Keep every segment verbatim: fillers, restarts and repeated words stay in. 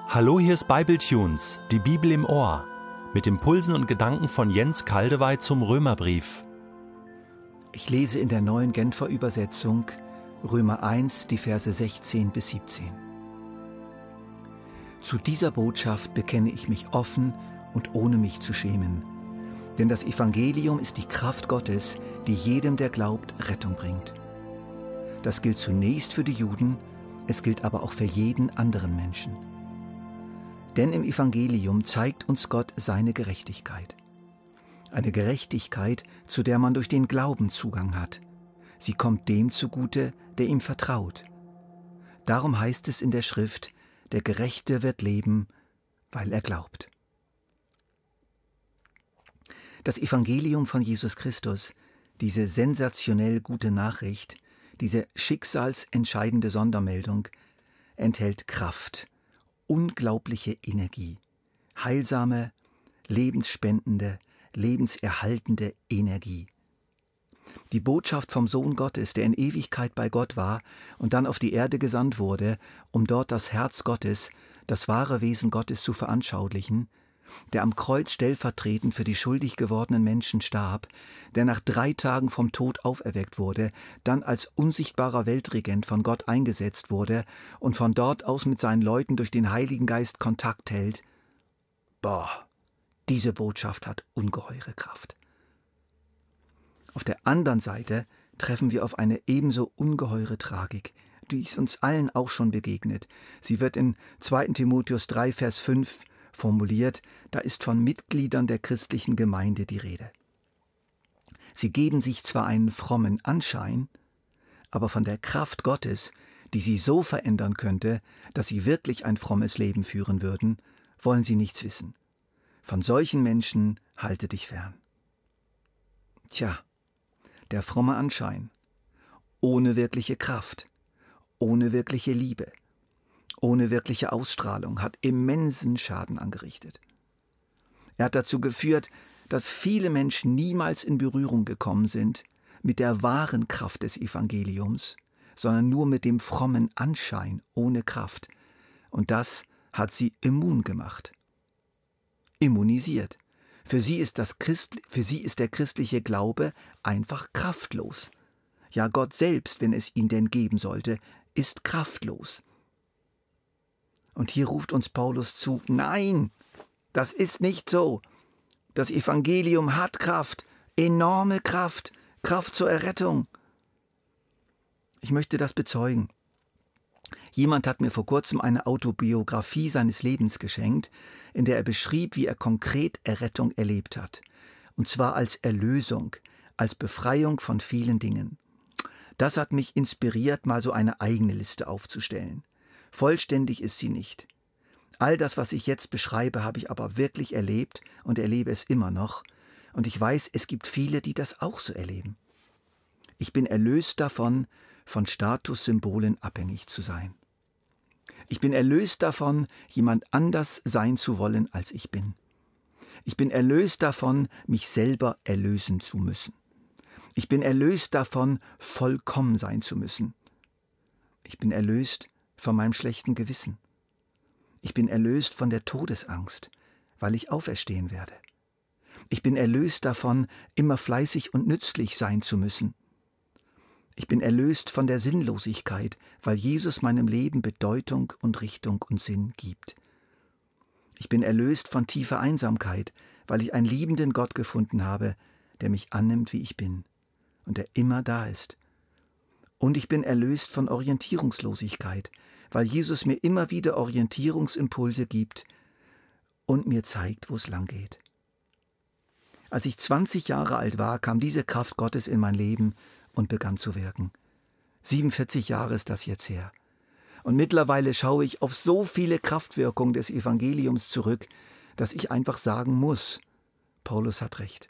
Hallo, hier ist Bibletunes, die Bibel im Ohr, mit Impulsen und Gedanken von Jens Kaldewey zum Römerbrief. Ich lese in der neuen Genfer Übersetzung Römer eins, die Verse sechzehn bis siebzehn. Zu dieser Botschaft bekenne ich mich offen und ohne mich zu schämen. Denn das Evangelium ist die Kraft Gottes, die jedem, der glaubt, Rettung bringt. Das gilt zunächst für die Juden, es gilt aber auch für jeden anderen Menschen. Denn im Evangelium zeigt uns Gott seine Gerechtigkeit. Eine Gerechtigkeit, zu der man durch den Glauben Zugang hat. Sie kommt dem zugute, der ihm vertraut. Darum heißt es in der Schrift, der Gerechte wird leben, weil er glaubt. Das Evangelium von Jesus Christus, diese sensationell gute Nachricht, diese schicksalsentscheidende Sondermeldung, enthält Kraft, unglaubliche Energie, heilsame, lebensspendende, lebenserhaltende Energie. Die Botschaft vom Sohn Gottes, der in Ewigkeit bei Gott war und dann auf die Erde gesandt wurde, um dort das Herz Gottes, das wahre Wesen Gottes zu veranschaulichen, der am Kreuz stellvertretend für die schuldig gewordenen Menschen starb, der nach drei Tagen vom Tod auferweckt wurde, dann als unsichtbarer Weltregent von Gott eingesetzt wurde und von dort aus mit seinen Leuten durch den Heiligen Geist Kontakt hält. Boah, diese Botschaft hat ungeheure Kraft. Auf der anderen Seite treffen wir auf eine ebenso ungeheure Tragik, die ist uns allen auch schon begegnet. Sie wird in zweiten Timotheus drei, Vers fünf formuliert, da ist von Mitgliedern der christlichen Gemeinde die Rede. Sie geben sich zwar einen frommen Anschein, aber von der Kraft Gottes, die sie so verändern könnte, dass sie wirklich ein frommes Leben führen würden, wollen sie nichts wissen. Von solchen Menschen halte dich fern. Tja, der fromme Anschein, ohne wirkliche Kraft, ohne wirkliche Liebe, ohne wirkliche Ausstrahlung, hat immensen Schaden angerichtet. Er hat dazu geführt, dass viele Menschen niemals in Berührung gekommen sind mit der wahren Kraft des Evangeliums, sondern nur mit dem frommen Anschein ohne Kraft. Und das hat sie immun gemacht. Immunisiert. Für sie ist das Christ, für sie ist der christliche Glaube einfach kraftlos. Ja, Gott selbst, wenn es ihn denn geben sollte, ist kraftlos. Und hier ruft uns Paulus zu, nein, das ist nicht so. Das Evangelium hat Kraft, enorme Kraft, Kraft zur Errettung. Ich möchte das bezeugen. Jemand hat mir vor kurzem eine Autobiografie seines Lebens geschenkt, in der er beschrieb, wie er konkret Errettung erlebt hat. Und zwar als Erlösung, als Befreiung von vielen Dingen. Das hat mich inspiriert, mal so eine eigene Liste aufzustellen. Vollständig ist sie nicht. All das, was ich jetzt beschreibe, habe ich aber wirklich erlebt und erlebe es immer noch. Und ich weiß, es gibt viele, die das auch so erleben. Ich bin erlöst davon, von Statussymbolen abhängig zu sein. Ich bin erlöst davon, jemand anders sein zu wollen, als ich bin. Ich bin erlöst davon, mich selber erlösen zu müssen. Ich bin erlöst davon, vollkommen sein zu müssen. Ich bin erlöst von meinem schlechten Gewissen. Ich bin erlöst von der Todesangst, weil ich auferstehen werde. Ich bin erlöst davon, immer fleißig und nützlich sein zu müssen. Ich bin erlöst von der Sinnlosigkeit, weil Jesus meinem Leben Bedeutung und Richtung und Sinn gibt. Ich bin erlöst von tiefer Einsamkeit, weil ich einen liebenden Gott gefunden habe, der mich annimmt, wie ich bin und der immer da ist. Und ich bin erlöst von Orientierungslosigkeit, weil Jesus mir immer wieder Orientierungsimpulse gibt und mir zeigt, wo es lang geht. Als ich zwanzig Jahre alt war, kam diese Kraft Gottes in mein Leben und begann zu wirken. siebenundvierzig Jahre ist das jetzt her. Und mittlerweile schaue ich auf so viele Kraftwirkungen des Evangeliums zurück, dass ich einfach sagen muss, Paulus hat recht.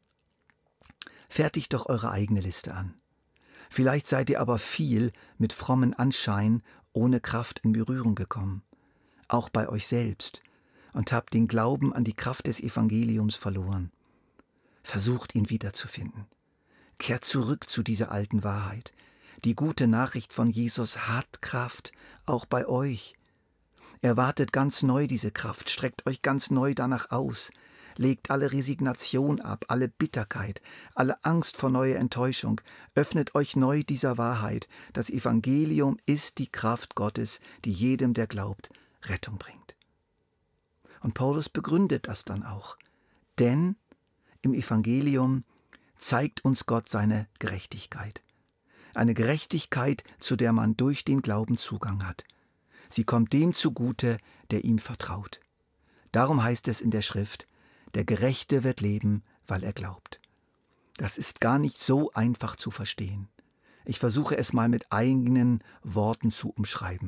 Fertigt doch eure eigene Liste an. Vielleicht seid ihr aber viel mit frommen Anschein ohne Kraft in Berührung gekommen, auch bei euch selbst, und habt den Glauben an die Kraft des Evangeliums verloren. Versucht ihn wiederzufinden. Kehrt zurück zu dieser alten Wahrheit. Die gute Nachricht von Jesus hat Kraft, auch bei euch. Erwartet ganz neu diese Kraft, streckt euch ganz neu danach aus, legt alle Resignation ab, alle Bitterkeit, alle Angst vor neuer Enttäuschung, öffnet euch neu dieser Wahrheit. Das Evangelium ist die Kraft Gottes, die jedem, der glaubt, Rettung bringt. Und Paulus begründet das dann auch. Denn im Evangelium zeigt uns Gott seine Gerechtigkeit. Eine Gerechtigkeit, zu der man durch den Glauben Zugang hat. Sie kommt dem zugute, der ihm vertraut. Darum heißt es in der Schrift, der Gerechte wird leben, weil er glaubt. Das ist gar nicht so einfach zu verstehen. Ich versuche es mal mit eigenen Worten zu umschreiben.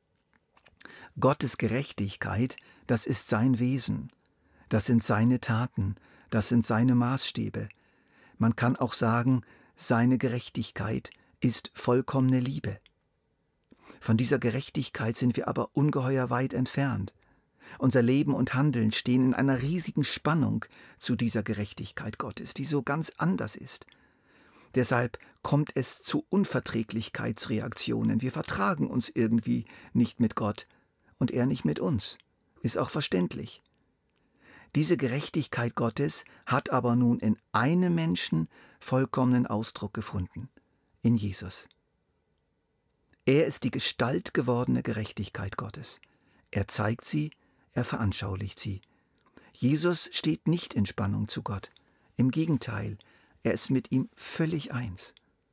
Gottes Gerechtigkeit, das ist sein Wesen, das sind seine Taten, das sind seine Maßstäbe. Man kann auch sagen, seine Gerechtigkeit ist vollkommene Liebe. Von dieser Gerechtigkeit sind wir aber ungeheuer weit entfernt. Unser Leben und Handeln stehen in einer riesigen Spannung zu dieser Gerechtigkeit Gottes, die so ganz anders ist. Deshalb kommt es zu Unverträglichkeitsreaktionen. Wir vertragen uns irgendwie nicht mit Gott und er nicht mit uns. Ist auch verständlich. Diese Gerechtigkeit Gottes hat aber nun in einem Menschen vollkommenen Ausdruck gefunden, in Jesus. Er ist die gestaltgewordene Gerechtigkeit Gottes. Er zeigt sie, er veranschaulicht sie. Jesus steht nicht in Spannung zu Gott. Im Gegenteil, er ist mit ihm völlig eins.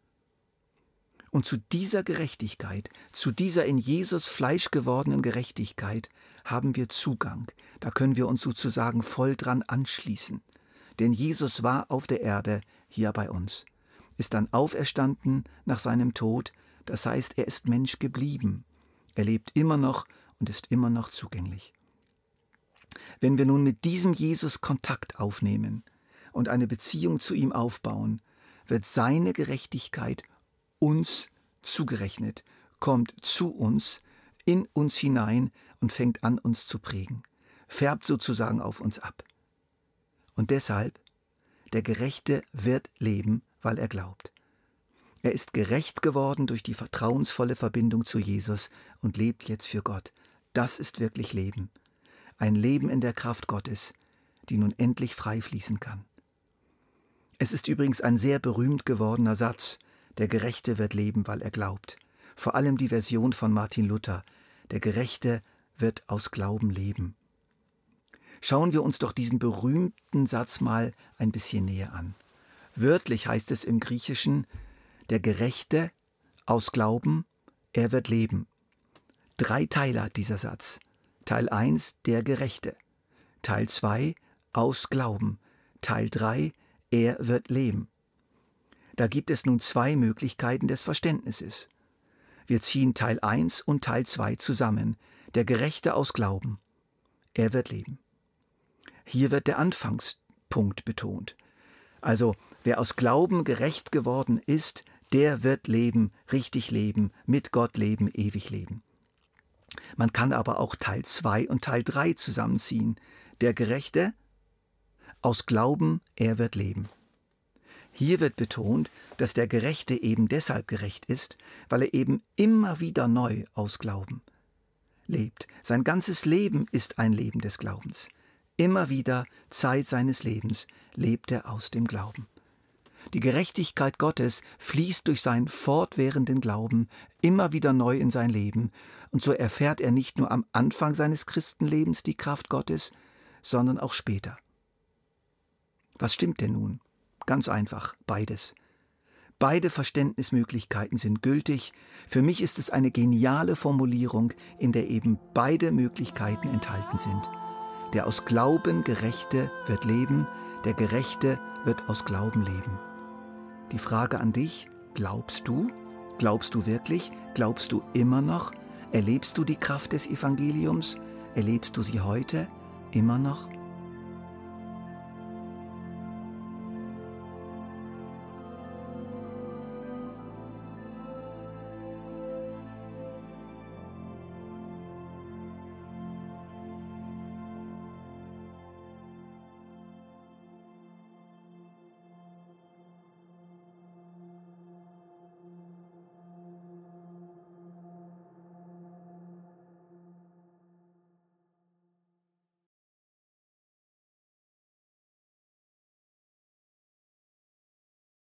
Und zu dieser Gerechtigkeit, zu dieser in Jesus Fleisch gewordenen Gerechtigkeit haben wir Zugang. Da können wir uns sozusagen voll dran anschließen. Denn Jesus war auf der Erde, hier bei uns, ist dann auferstanden nach seinem Tod. Das heißt, er ist Mensch geblieben. Er lebt immer noch und ist immer noch zugänglich. Wenn wir nun mit diesem Jesus Kontakt aufnehmen und eine Beziehung zu ihm aufbauen, wird seine Gerechtigkeit uns zugerechnet, kommt zu uns, in uns hinein und fängt an, uns zu prägen, färbt sozusagen auf uns ab. Und deshalb, der Gerechte wird leben, weil er glaubt. Er ist gerecht geworden durch die vertrauensvolle Verbindung zu Jesus und lebt jetzt für Gott. Das ist wirklich Leben. Ein Leben in der Kraft Gottes, die nun endlich frei fließen kann. Es ist übrigens ein sehr berühmt gewordener Satz, der Gerechte wird leben, weil er glaubt. Vor allem die Version von Martin Luther, der Gerechte wird aus Glauben leben. Schauen wir uns doch diesen berühmten Satz mal ein bisschen näher an. Wörtlich heißt es im Griechischen, der Gerechte aus Glauben, er wird leben. Drei Teile hat dieser Satz. Teil eins, der Gerechte. Teil zwei, aus Glauben. Teil drei, er wird leben. Da gibt es nun zwei Möglichkeiten des Verständnisses. Wir ziehen Teil eins und Teil zwei zusammen. Der Gerechte aus Glauben, er wird leben. Hier wird der Anfangspunkt betont. Also, wer aus Glauben gerecht geworden ist, der wird leben, richtig leben, mit Gott leben, ewig leben. Man kann aber auch Teil zwei und Teil drei zusammenziehen. Der Gerechte, aus Glauben, er wird leben. Hier wird betont, dass der Gerechte eben deshalb gerecht ist, weil er eben immer wieder neu aus Glauben lebt. Sein ganzes Leben ist ein Leben des Glaubens. Immer wieder, Zeit seines Lebens, lebt er aus dem Glauben. Die Gerechtigkeit Gottes fließt durch seinen fortwährenden Glauben immer wieder neu in sein Leben, und so erfährt er nicht nur am Anfang seines Christenlebens die Kraft Gottes, sondern auch später. Was stimmt denn nun? Ganz einfach, beides. Beide Verständnismöglichkeiten sind gültig. Für mich ist es eine geniale Formulierung, in der eben beide Möglichkeiten enthalten sind. Der aus Glauben Gerechte wird leben, der Gerechte wird aus Glauben leben. Die Frage an dich, glaubst du? Glaubst du wirklich? Glaubst du immer noch? Erlebst du die Kraft des Evangeliums? Erlebst du sie heute immer noch?